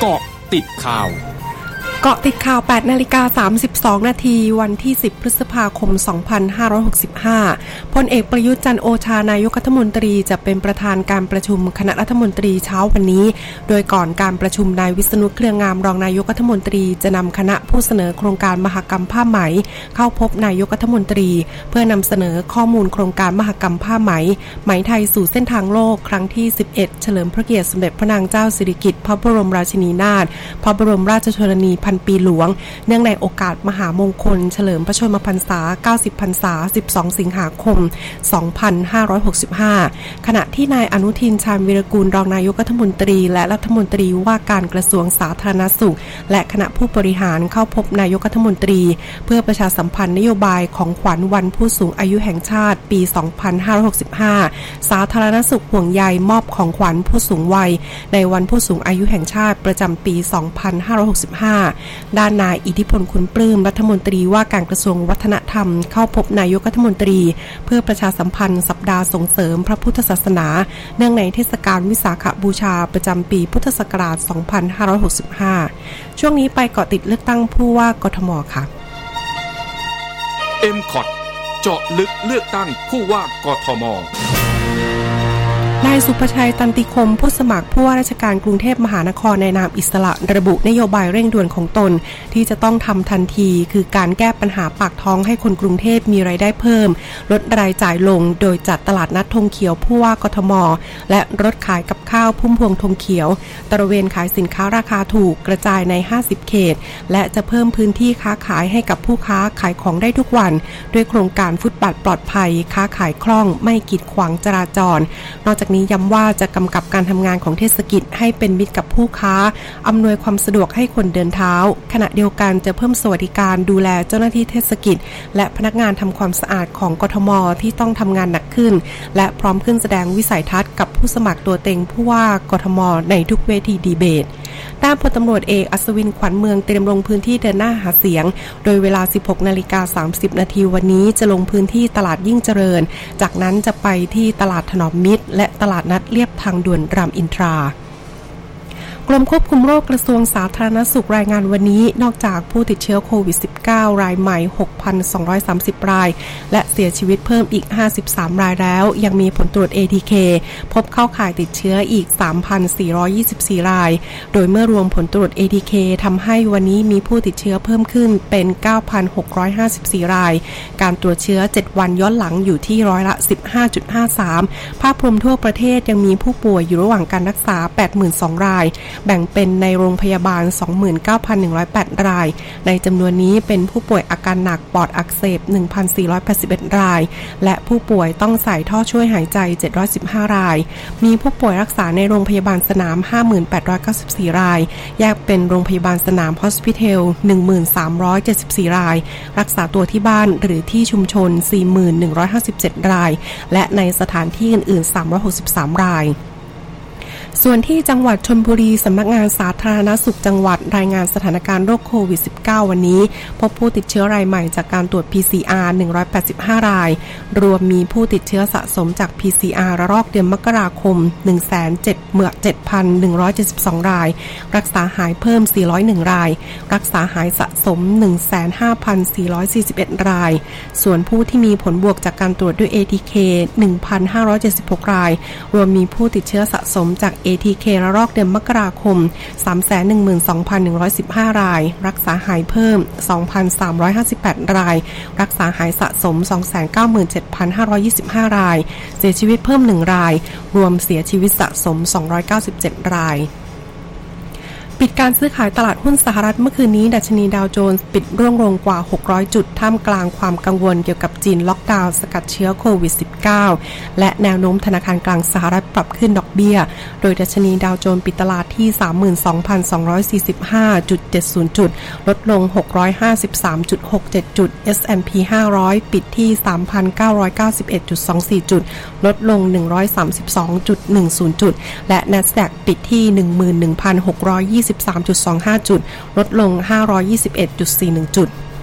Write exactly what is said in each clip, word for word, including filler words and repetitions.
เกาะติดข่าวเกาะติดข่าว แปดนาฬิกาสามสิบสองนาทีวันที่สิบพฤษภาคมสองพันห้าร้อยหกสิบห้าพลเอกประยุทธ์จันทร์โอชานายกรัฐมนตรีจะเป็นประธานการประชุมคณะรัฐมนตรีเช้าวันนี้โดยก่อนการประชุมนายวิษณุเครืองามรองนายกรัฐมนตรีจะนำคณะผู้เสนอโครงการมหกรรมผ้าไหมเข้าพบนายกรัฐมนตรีเพื่อนำเสนอข้อมูลโครงการมหกรรมผ้าไหมไหมไทยสู่เส้นทางโลกครั้งที่สิบเอ็ดเฉลิมพระเกียรติสมเด็จพระนางเจ้าสิริกิติ์พระบรมราชินีนาถพระบรมราชชนนีพันปีหลวงเนื่องในโอกาสมหามงคลเฉลิมพระชนมพรรษาเก้าสิบพรรษาสิบสองสิงหาคมสองพันห้าร้อยหกสิบห้าขณะที่นายอนุทินชาญวีรกูลรองนายกรัฐมนตรีและรัฐมนตรีว่าการกระทรวงสาธารณสุขและคณะผู้บริหารเข้าพบนายกรัฐมนตรีเพื่อประชาสัมพันธ์นโยบายของขวัญวันผู้สูงอายุแห่งชาติปีสองพันห้าร้อยหกสิบห้าสาธารณสุขห่วงใยมอบของขวัญผู้สูงวัยในวันผู้สูงอายุแห่งชาติประจำปีสองพันห้าร้อยหกสิบห้าด้านนายอิทธิพลคุณปลื้มรัฐมนตรีว่าการกระทรวงวัฒนธรรมเข้าพบนายกรัฐมนตรีเพื่อประชาสัมพันธ์สัปดาห์ส่งเสริมพระพุทธศาสนาเนื่องในเทศกาลวิสาขบูชาประจำปีพุทธศักราชสองพันห้าร้อยหกสิบห้าช่วงนี้ไปเกาะติดเลือกตั้งผู้ว่ากทมค่ะเอ็ม คอท เจาะลึกเลือกตั้งผู้ว่ากทมนายสุภชัยตันติคมผู้สมัครผู้ว่าราชการกรุงเทพมหานครในนามอิสระระบุนโยบายเร่งด่วนของตนที่จะต้องทำทันทีคือการแก้ปัญหาปากท้องให้คนกรุงเทพมีรายได้เพิ่มลดรายจ่ายลงโดยจัดตลาดนัดธงเขียวผู้ว่ากทมและรถขายกับข้าวพุ่มพวงธงเขียวตระเวนขายสินค้าราคาถูกกระจายในห้าสิบเขตและจะเพิ่มพื้นที่ค้าขายให้กับผู้ค้าขายของได้ทุกวันด้วยโครงการฟุตบาทปลอดภัยค้าขายคล่องไม่กีดขวางจราจรนอกจากนี้ย้ำว่าจะกำกับการทำงานของเทศกิจให้เป็นมิตรกับผู้ค้าอำนวยความสะดวกให้คนเดินเท้าขณะเดียวกันจะเพิ่มสวัสดิการดูแลเจ้าหน้าที่เทศกิจและพนักงานทำความสะอาดของกทมที่ต้องทำงานหนักขึ้นและพร้อมขึ้นแสดงวิสัยทัศน์กับผู้สมัครตัวเต็งผู้ว่ากทมในทุกเวทีดีเบตด้านพลตำรวจเอกอัศวินขวัญเมืองเตรียมลงพื้นที่เดินหน้าหาเสียงโดยเวลา สิบหกนาฬิกาสามสิบนาทีวันนี้จะลงพื้นที่ตลาดยิ่งเจริญจากนั้นจะไปที่ตลาดถนอมมิตรและตลาดนัดเลียบทางด่วนรามอินทรากรมควบคุมโรคกระทรวงสาธารณสุขรายงานวันนี้นอกจากผู้ติดเชื้อโควิด สิบเก้า รายใหม่ หกพันสองร้อยสามสิบ รายและเสียชีวิตเพิ่มอีกห้าสิบสามรายแล้วยังมีผลตรวจ เอ ที เค พบเข้าข่ายติดเชื้ออีก สามพันสี่ร้อยยี่สิบสี่ รายโดยเมื่อรวมผลตรวจ เอ ที เค ทำให้วันนี้มีผู้ติดเชื้อเพิ่มขึ้นเป็น เก้าพันหกร้อยห้าสิบสี่ รายการตรวจเชื้อเจ็ดวันย้อนหลังอยู่ที่ร้อยละ สิบห้าจุดห้าสาม ภาพรวมทั่วประเทศยังมีผู้ป่วยอยู่ระหว่างการรักษา แปดหมื่นสอง รายแบ่งเป็นในโรงพยาบาล สองหมื่นเก้าพันหนึ่งร้อยแปด รายในจำนวนนี้เป็นผู้ป่วยอาการหนักปอดอักเสบ หนึ่งพันสี่ร้อยแปดสิบเอ็ด รายและผู้ป่วยต้องใส่ท่อช่วยหายใจเจ็ดร้อยสิบห้ารายมีผู้ป่วยรักษาในโรงพยาบาลสนาม ห้าหมื่นแปดร้อยเก้าสิบสี่ รายแยกเป็นโรงพยาบาลสนาม Hospital หนึ่งหมื่นสามร้อยเจ็ดสิบสี่ รายรักษาตัวที่บ้านหรือที่ชุมชน สี่หมื่นหนึ่งร้อยห้าสิบเจ็ด รายและในสถานที่อื่นๆสามร้อยหกสิบสามรายส่วนที่จังหวัดชลบุรีสำนักงานสาธารณสุขจังหวัดรายงานสถานการณ์โรคโควิด สิบเก้า วันนี้พบผู้ติดเชื้อรายใหม่จากการตรวจ พี ซี อาร์ หนึ่งร้อยแปดสิบห้ารายรวมมีผู้ติดเชื้อสะสมจาก พี ซี อาร์ ระลอกเดือนมกราคม หนึ่งแสนเจ็ดหมื่นเจ็ดพันหนึ่งร้อยเจ็ดสิบสอง รายรักษาหายเพิ่มสี่ร้อยเอ็ดรายรักษาหายสะสม หนึ่งแสนห้าพันสี่ร้อยสี่สิบเอ็ด รายส่วนผู้ที่มีผลบวกจากการตรวจด้วย เอ ที เค หนึ่งพันห้าร้อยเจ็ดสิบหก รายรวมมีผู้ติดเชื้อสะสมจาก เอ ที เค ระลอกเดือนมกราคม สามแสนหนึ่งหมื่นสองพันหนึ่งร้อยสิบห้า รายรักษาหายเพิ่ม สองพันสามร้อยห้าสิบแปด รายรักษาหายสะสม สองแสนเก้าหมื่นเจ็ดพันห้าร้อยยี่สิบห้า รายเสียชีวิตเพิ่มหนึ่งรายรวมเสียชีวิตสะสมสองร้อยเก้าสิบเจ็ดรายปิดการซื้อขายตลาดหุ้นสหรัฐเมื่อคืนนี้ดัชนีดาวโจนส์ปิดร่วงลงกว่าหกร้อยจุดท่ามกลางความกังวลเกี่ยวกับจีนล็อกดาวน์สกัดเชื้อโควิด สิบเก้า และแนวโน้มธนาคารกลางสหรัฐปรับขึ้นดอกเบี้ยโดยดัชนีดาวโจนส์ปิดตลาดที่ สามหมื่นสองพันสองร้อยสี่สิบห้าจุดเจ็ดศูนย์ จุดลดลง หกร้อยห้าสิบสามจุดหกเจ็ด จุด เอส แอนด์ พี ห้าร้อยปิดที่ สามพันเก้าร้อยเก้าสิบเอ็ดจุดสองสี่ จุดลดลง หนึ่งร้อยสามสิบสองจุดหนึ่งศูนย์ จุดและ NASDAQ ปิดที่ หนึ่งหมื่นหนึ่งพันหกร้อยยี่สิบสามจุดสองห้า จุดลดลง ห้าร้อยยี่สิบเอ็ดจุดสี่หนึ่ง จุด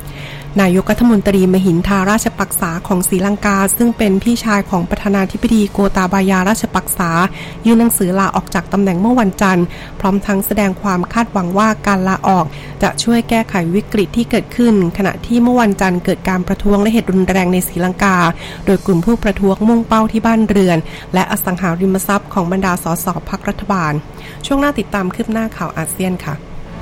นายกรัฐมนตรีมหินทาราชปักษาของศรีลังกาซึ่งเป็นพี่ชายของประธานาธิบดีโกตาบายาราชปักษายื่นหนังสือลาออกจากตำแหน่งเมื่อวันจันทร์พร้อมทั้งแสดงความคาดหวังว่าการลาออกจะช่วยแก้ไขวิกฤตที่เกิดขึ้นขณะที่เมื่อวันจันทร์เกิดการประท้วงและเหตุรุนแรงในศรีลังกาโดยกลุ่มผู้ประท้วงมุ่งเป้าที่บ้านเรือนและอสังหาริมทรัพย์ของบรรดาสสพรรครัฐบาลช่วงหน้าติดตามคืบหน้าข่าวอาเซียนค่ะ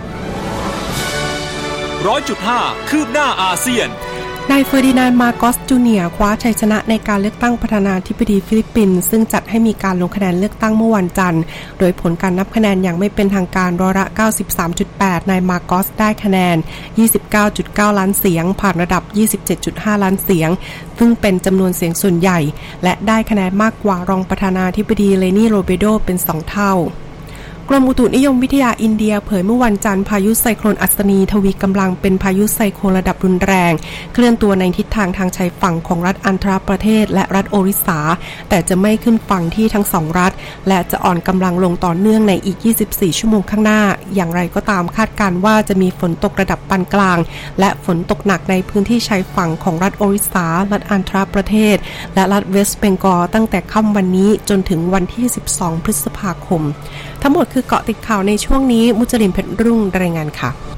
ร้อยจุดห้าคืบหน้าอาเซียนนายเฟอร์ดินานด์ มาโกส จูเนียร์คว้าชัยชนะในการเลือกตั้งประธานาธิบดีฟิลิปปินส์ซึ่งจัดให้มีการลงคะแนนเลือกตั้งเมื่อวันจันทร์โดยผลการนับคะแนนอย่างไม่เป็นทางการร้อยละ เก้าสิบสามจุดแปด นายมาโกสได้คะแนน ยี่สิบเก้าจุดเก้า ล้านเสียงผ่านระดับ ยี่สิบเจ็ดจุดห้า ล้านเสียงซึ่งเป็นจำนวนเสียงส่วนใหญ่และได้คะแนนมากกว่ารองประธานาธิบดีเลนี่โรเบโดเป็นสองเท่ากรมอุตุนิยมวิทยาอินเดียเผยเมื่อวันจันทร์พายุไซโคลนอัศนีทวีกำลังเป็นพายุไซโคลนระดับรุนแรงเคลื่อนตัวในทิศทางทางชายฝั่งของรัฐอันธรประเทศและรัฐโอริสาแต่จะไม่ขึ้นฝั่งที่ทั้งสองรัฐและจะอ่อนกำลังลงต่อเนื่องในอีกยี่สิบสี่ชั่วโมงข้างหน้าอย่างไรก็ตามคาดการณ์ว่าจะมีฝนตกระดับปานกลางและฝนตกหนักในพื้นที่ชายฝั่งของรัฐโอริสารัฐอันธรประเทศและรัฐเวสต์เบงกอลตั้งแต่ค่ำวันนี้จนถึงวันที่สิบสองพฤษภาคมทั้งหมดคือเกาะติดข่าวในช่วงนี้มุจลินเพชรรุ่งรายงานค่ะ